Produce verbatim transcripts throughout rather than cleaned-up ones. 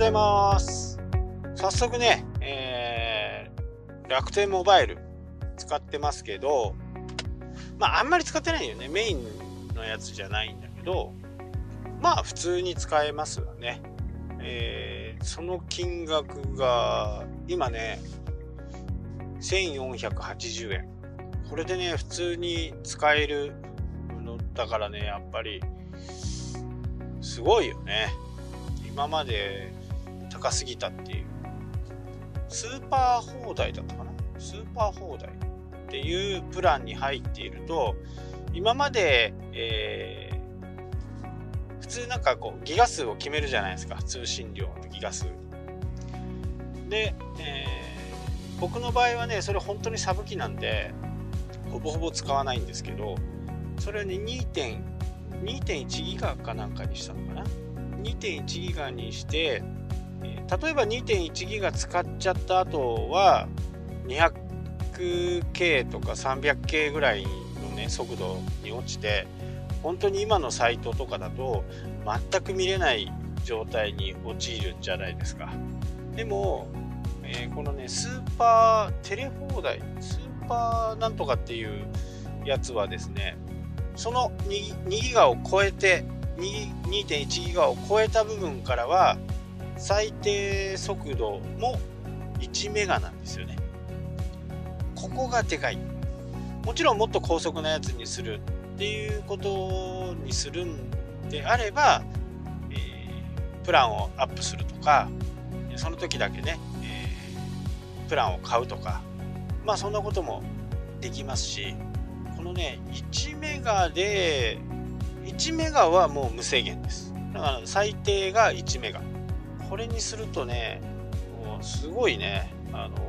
ございます。早速ね、えー、楽天モバイル使ってますけど、まああんまり使ってないよね。メインのやつじゃないんだけど、まあ普通に使えますわね。えー、その金額が今ねせんよんひゃくはちじゅうえん。これでね普通に使えるのだからね、やっぱりすごいよね。今まで高すぎたっていう、スーパー放題だったかな、スーパー放題っていうプランに入っていると、今まで、えー、普通なんかこうギガ数を決めるじゃないですか、通信量のギガ数で、えー、僕の場合はねそれ本当にサブ機なんでほぼほぼ使わないんですけど、それをね にてんいち ギガかなんかにしたのかな。 にてんいち ギガにして、えー、例えば にてんいち ギガ使っちゃった後は にひゃくケー とか さんびゃくケー ぐらいのね速度に落ちて、本当に今のサイトとかだと全く見れない状態に陥るんじゃないですか。でも、えー、このねスーパーテレ放題、スーパーなんとかっていうやつはですね、その 2, 2ギガを超えて にてんいち ギガを超えた部分からは最低速度もいちメガなんですよね。ここがでかい。もちろんもっと高速なやつにするっていうことにするんであれば、えー、プランをアップするとか、その時だけね、えー、プランを買うとか、まあそんなこともできますし、このねいちメガでいちメガはもう無制限です。だから最低がいちメガ。これにするとね、もうすごいね、あのー、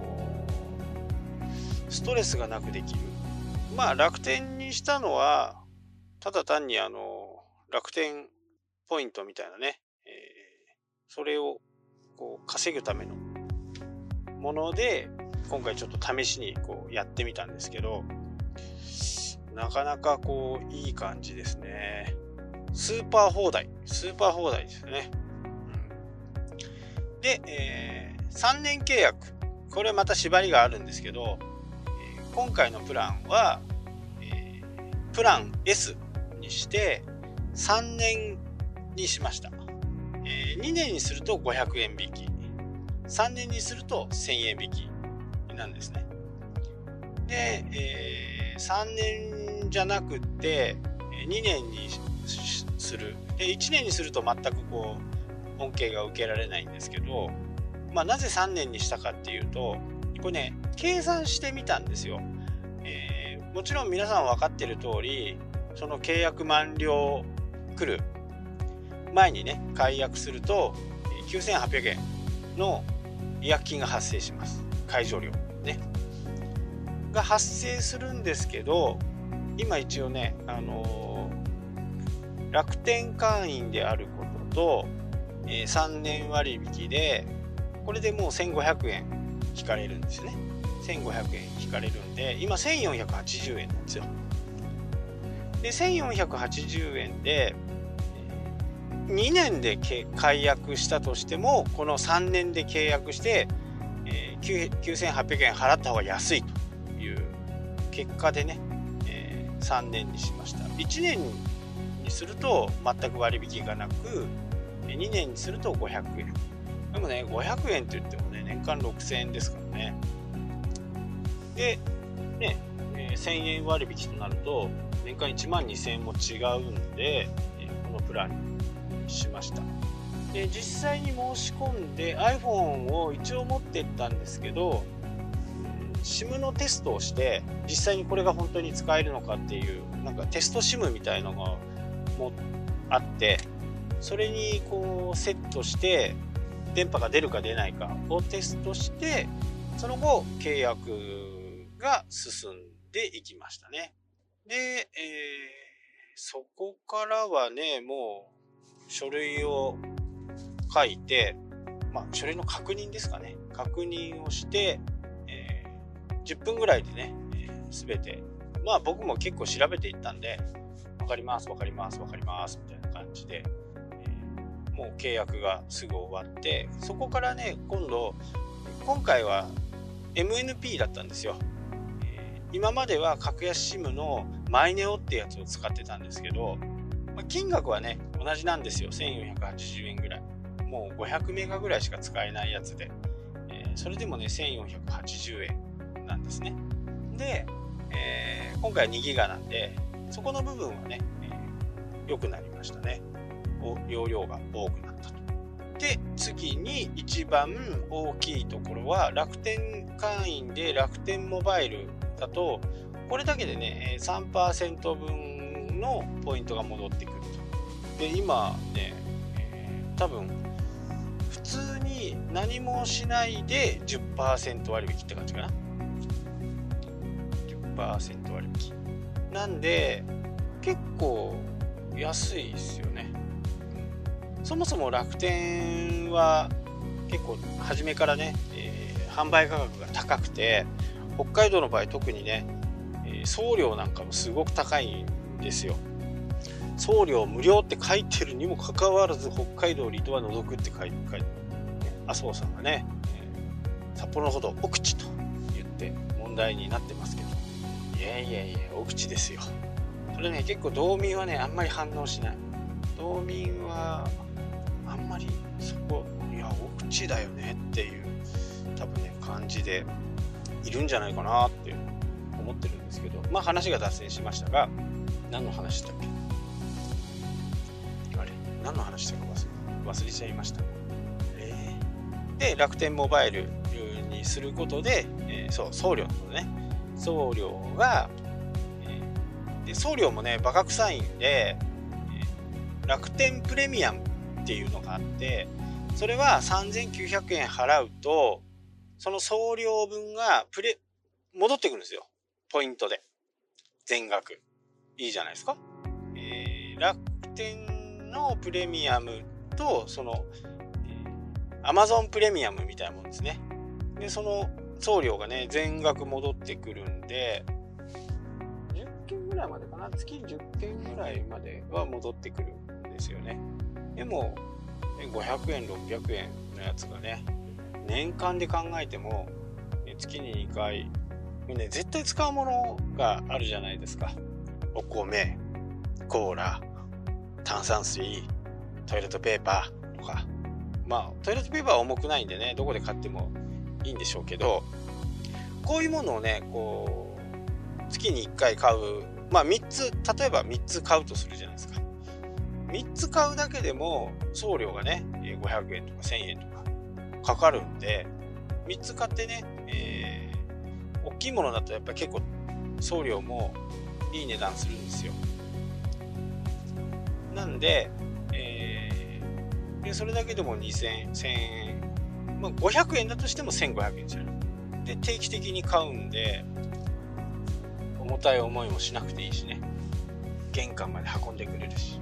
ストレスがなくできる。まあ楽天にしたのはただ単にあの楽天ポイントみたいなね、えー、それをこう稼ぐためのもので今回ちょっと試しにこうやってみたんですけど、なかなかこういい感じですね。スーパー放題スーパー放題ですね、うん、で、えー、さんねん契約、これまた縛りがあるんですけど、えー、今回のプランは、えー、プラン S にしてさんねんにしました。えー、にねんにするとごひゃくえん引き、さんねんにするとせんえん引きなんですね。で、えー、さんねんじゃなくてにねんにする。でいちねんにすると全くこう恩恵が受けられないんですけど、まあなぜさんねんにしたかっていうと、これね計算してみたんですよ。えー、もちろん皆さん分かってる通り、その契約満了来る前にね解約するときゅうせんはっぴゃくえんの違約金が発生します。解除料ねが発生するんですけど、今一応ね、あのー、楽天会員であることと、えー、さんねん割引でこれでもうせんごひゃくえん引かれるんですよね。せんごひゃくえん引かれるんで今せんよんひゃくはちじゅうえんなんですよ。でせんよんひゃくはちじゅうえんでにねんで解約したとしても、このさんねんで契約して、えー、きゅうせんはっぴゃくえん払った方が安いという結果でね、えー、さんねんにしました。いちねんにすると全く割引がなく、にねんにするとごひゃくえん。でもねごひゃくえんって言ってもね年間ろくせんえんですからね。でね、えー、せんえん割引となると年間いちまんにせんえんも違うんで、えー、このプランにしました。で実際に申し込んで iPhone を一応持ってったんですけど、SIM のテストをして実際にこれが本当に使えるのかっていうなんかテスト SIM みたいのがもあって、それにこうセットして電波が出るか出ないかをテストして、その後契約が進んでいきましたね。で、えー、そこからはねもう書類を書いて、まあ書類の確認ですかね、確認をしてじゅっぷんぐらいでね、えー、全て、まあ僕も結構調べていったんで、わかりますわかりますわかりますみたいな感じで、えもう契約がすぐ終わって、そこからね今度今回は エムエヌピー だったんですよ。えー、今までは格安 SIM のマイネオってやつを使ってたんですけど、まあ、金額はね同じなんですよ。せんよんひゃくはちじゅうえんぐらい、もうごひゃくメガぐらいしか使えないやつで、えー、それでもねせんよんひゃくはちじゅうえんなんですね。で、えー、今回はにギガなんで、そこの部分はね良、えー、くなりましたね。容量が多くなったと。で次に一番大きいところは、楽天会員で楽天モバイルだとこれだけでね さんパーセント 分のポイントが戻ってくると。で今ね、えー、多分普通に何もしないで じゅっパーセント 割引って感じかな。 じゅっパーセント 割引なんで結構安いですよね。そもそも楽天は結構初めからね、えー、販売価格が高くて、北海道の場合特にね、えー、送料なんかもすごく高いんですよ。送料無料って書いてるにもかかわらず、北海道離島は除くって書いて書いて、麻生さんがね、えー、札幌のことを奥地と言って問題になってますけど、いやいやいや奥地ですよ。それね結構道民はねあんまり反応しない。道民はあんまりそこ、いや奥地だよねっていう多分ね感じでいるんじゃないかなって思ってるんですけど、まあ話が脱線しましたが、何の話だっけ、あれ何の話したか忘れ忘れちゃいました。えー、で楽天モバイルにすることで、えー、そう送料のことね、送料が、えー、で送料もねバカ臭いんで、えー、楽天プレミアムっていうのがあって、それはさんぜんきゅうひゃくえん払うとその送料分がプレ戻ってくるんですよ、ポイントで全額。いいじゃないですか。えー、楽天のプレミアムとその、えー、Amazon プレミアムみたいなもんですね。でその送料がね全額戻ってくるんで、じゅっけんぐらいまでかな、月じゅっけんぐらいまでは戻ってくるんですよね。でもごひゃくえんろっぴゃくえんのやつがね年間で考えても月ににかい、ね、絶対使うものがあるじゃないですか。お米、コーラ、炭酸水、トイレットペーパーとか、まあトイレットペーパーは重くないんでねどこで買ってもいいんでしょうけど、こういうものをねこう月にいっかい買う、まあみっつ、例えばみっつ買うとするじゃないですか。みっつ買うだけでも送料がねごひゃくえんとかせんえんとかかかるんで、みっつ買ってね、えー、大きいものだとやっぱり結構送料もいい値段するんですよ。なんで、えー、でそれだけでもにせんえん、せんえん、まあ、ごひゃくえんだとしてもせんごひゃくえんじゃん。で定期的に買うんで重たい思いもしなくていいしね、玄関まで運んでくれるし。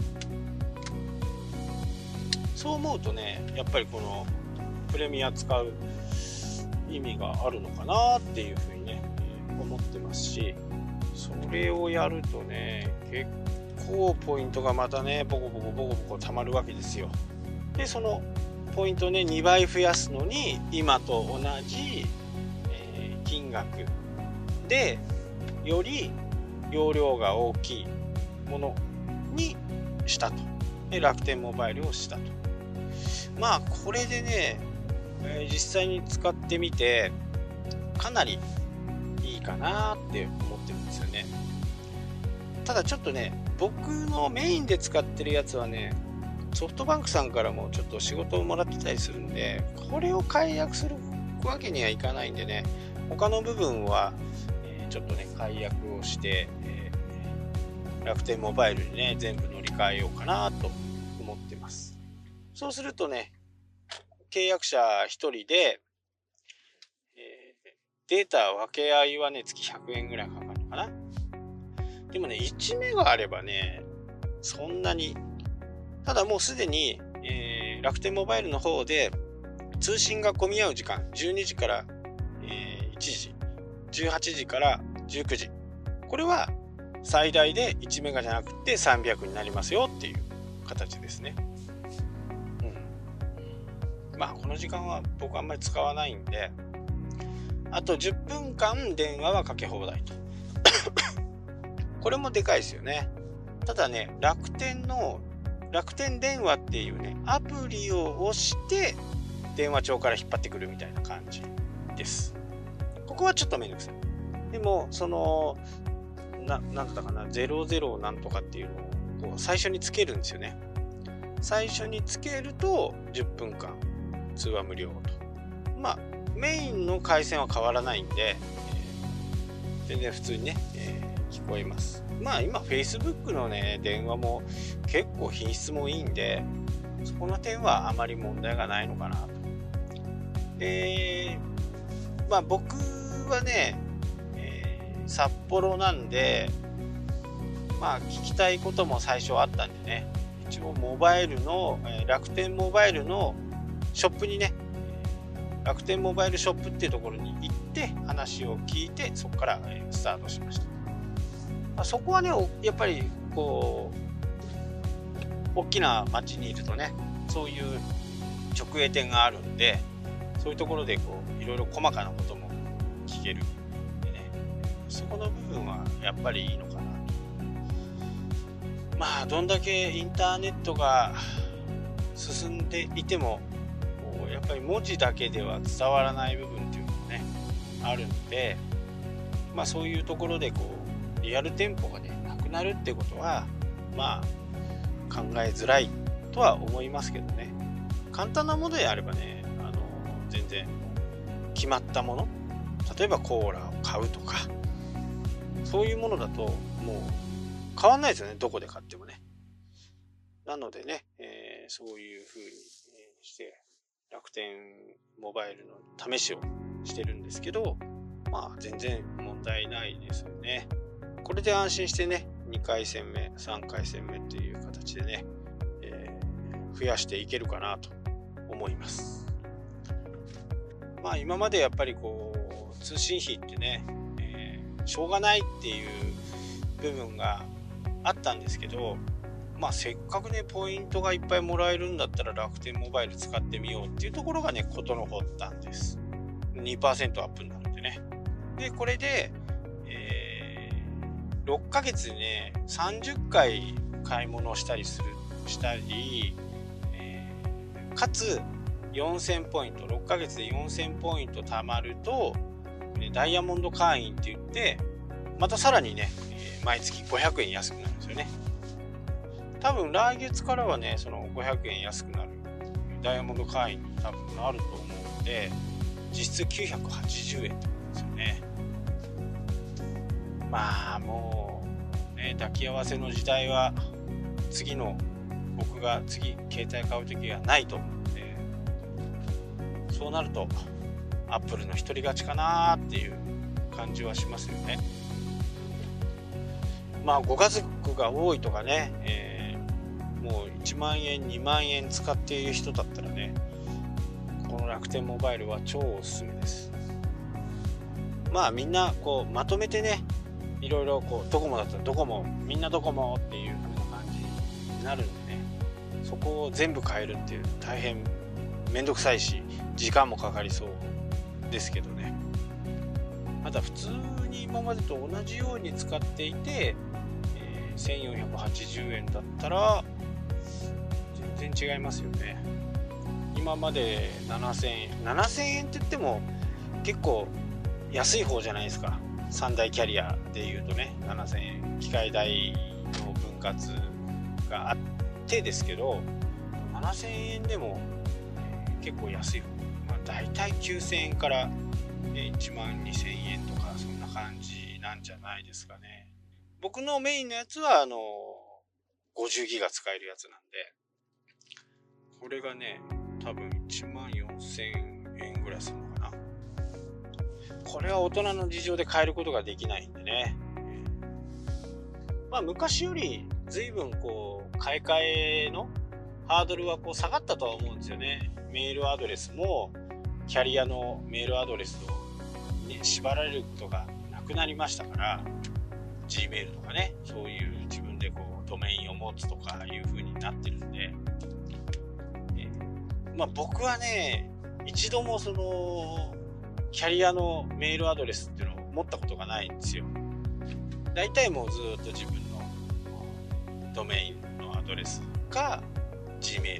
そう思うとねやっぱりこのプレミア使う意味があるのかなっていうふうにね思ってますし、それをやるとね結構ポイントがまたねボコボコボコボコたまるわけですよ。でそのポイントねにばい増やすのに今と同じ、えー、金額でより容量が大きいものにしたと。で楽天モバイルをしたと。まあこれでね、えー、実際に使ってみてかなりいいかなって思ってるんですよね。ただちょっとね僕のメインで使ってるやつはねソフトバンクさんからもちょっと仕事をもらってたりするんで、これを解約するわけにはいかないんでね、他の部分は、えー、ちょっとね解約をして、えー、楽天モバイルにね全部乗り換えようかなと思ってます。そうするとね契約者ひとりで、えー、データ分け合いはね月ひゃくえんぐらいかかるのかな。でもねいちメガあればねそんなに、ただもうすでに、えー、楽天モバイルの方で通信が混み合う時間じゅうにじから、えー、いちじ、じゅうはちじからじゅうくじ、これは最大でいちメガじゃなくてさんびゃくになりますよっていう形ですね。 まあこの時間は僕あんまり使わないんで、あとじゅっぷんかん電話はかけ放題とこれもでかいですよね。ただね、楽天の楽天電話っていうねアプリを押して電話帳から引っ張ってくるみたいな感じです。ここはちょっとめんどくさい。でもそのななんだったかな、ゼロゼロなんとかっていうのをこう最初につけるんですよね。最初につけるとじゅっぷんかん通話無料と。まあメインの回線は変わらないんで、えー、全然普通にね、えー、聞こえます。まあ今 Facebook のね電話も結構品質もいいんで、そこの点はあまり問題がないのかなと。で、まあ僕はね、えー、札幌なんで、まあ聞きたいことも最初あったんでね、一応モバイルの、えー、楽天モバイルのショップにね、楽天モバイルショップっていうところに行って話を聞いて、そこから、えー、スタートしました。まあ、そこはねやっぱりこう大きな町にいるとね、そういう直営店があるんで、そういうところでこういろいろ細かなことも聞けるんでね、そこの部分はやっぱりいいのかなと。まあどんだけインターネットが進んでいてもこうやっぱり文字だけでは伝わらない部分っていうのもねあるんで、まあそういうところでこうリアル店舗がねなくなるってことはまあ考えづらいとは思いますけどね。簡単なものであればね、あの全然決まったもの、例えばコーラを買うとかそういうものだともう変わんないですよね、どこで買ってもね。なのでね、えー、そういう風にして楽天モバイルの試しをしてるんですけど、まあ全然問題ないですよね。これで安心してね、にかい戦目さんかい戦目っていう形でね、えー、増やしていけるかなと思います。まあ今までやっぱりこう通信費ってね、えー、しょうがないっていう部分があったんですけど、まあせっかくねポイントがいっぱいもらえるんだったら楽天モバイル使ってみようっていうところがね事の発端です。 にパーセント アップになるんでね。でこれで、えー、ろっかげつでねさんじゅっかい買い物をしたりするしたり、えー、かつよんせんポイント、ろっかげつでよんせんポイント貯まるとダイヤモンド会員って言ってまたさらにね、えー、毎月ごひゃくえん安くなるんですよね。多分来月からはねそのごひゃくえん安くなるダイヤモンド会員に多分なると思うので、実質きゅうひゃくはちじゅうえんってことですよね。まあもうね抱き合わせの時代は次の僕が次携帯買う時はないと思うので、そうなるとアップルの一人勝ちかなっていう感じはしますよね。まあご家族が多いとかね、えーもういちまんえんにまんえん使っている人だったらね、この楽天モバイルは超おすすめです。まあみんなこうまとめてね、いろいろこうドコモだったらドコモ、みんなドコモっていう風な感じになるんでね、そこを全部変えるっていう大変めんどくさいし時間もかかりそうですけどね。また普通に今までと同じように使っていて、えー、せんよんひゃくはちじゅうえんだったら全然違いますよね。今までななせんえんななせんえんって言っても結構安い方じゃないですか。さん大キャリアでいうとねななせんえん、機械代の分割があってですけど、ななせんえんでも、えー、結構安い方、まあ、だいたいきゅうせんえんから、えー、いちまんにせんえんとかそんな感じなんじゃないですかね。僕のメインのやつはあのごじゅうギガ使えるやつなんで、これがね多分いちまんよんせんえんぐらいするのかな。これは大人の事情で買えることができないんでね、まあ昔より随分こう買い替えのハードルはこう下がったとは思うんですよね。メールアドレスもキャリアのメールアドレスを、ね、縛られることがなくなりましたから、 Gmail とかね、そういう自分でこうドメインを持つとかいう風になってるんで、 まあ僕はね、一度もそのキャリアのメールアドレスっていうのを持ったことがないんですよ。だいたいもうずっと自分のドメインのアドレスか Gmail。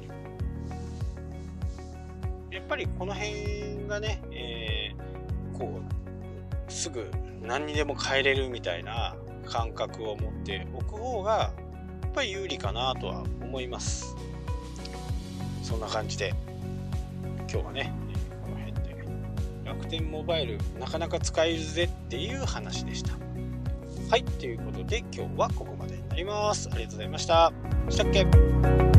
やっぱりこの辺がね、えー、こうすぐ何にでも変えれるみたいな感覚を持っておく方がやっぱり有利かなとは思います。そんな感じで今日はね、この辺で楽天モバイルなかなか使えるぜっていう話でした。はい、ということで今日はここまでになります。ありがとうございました。したっけ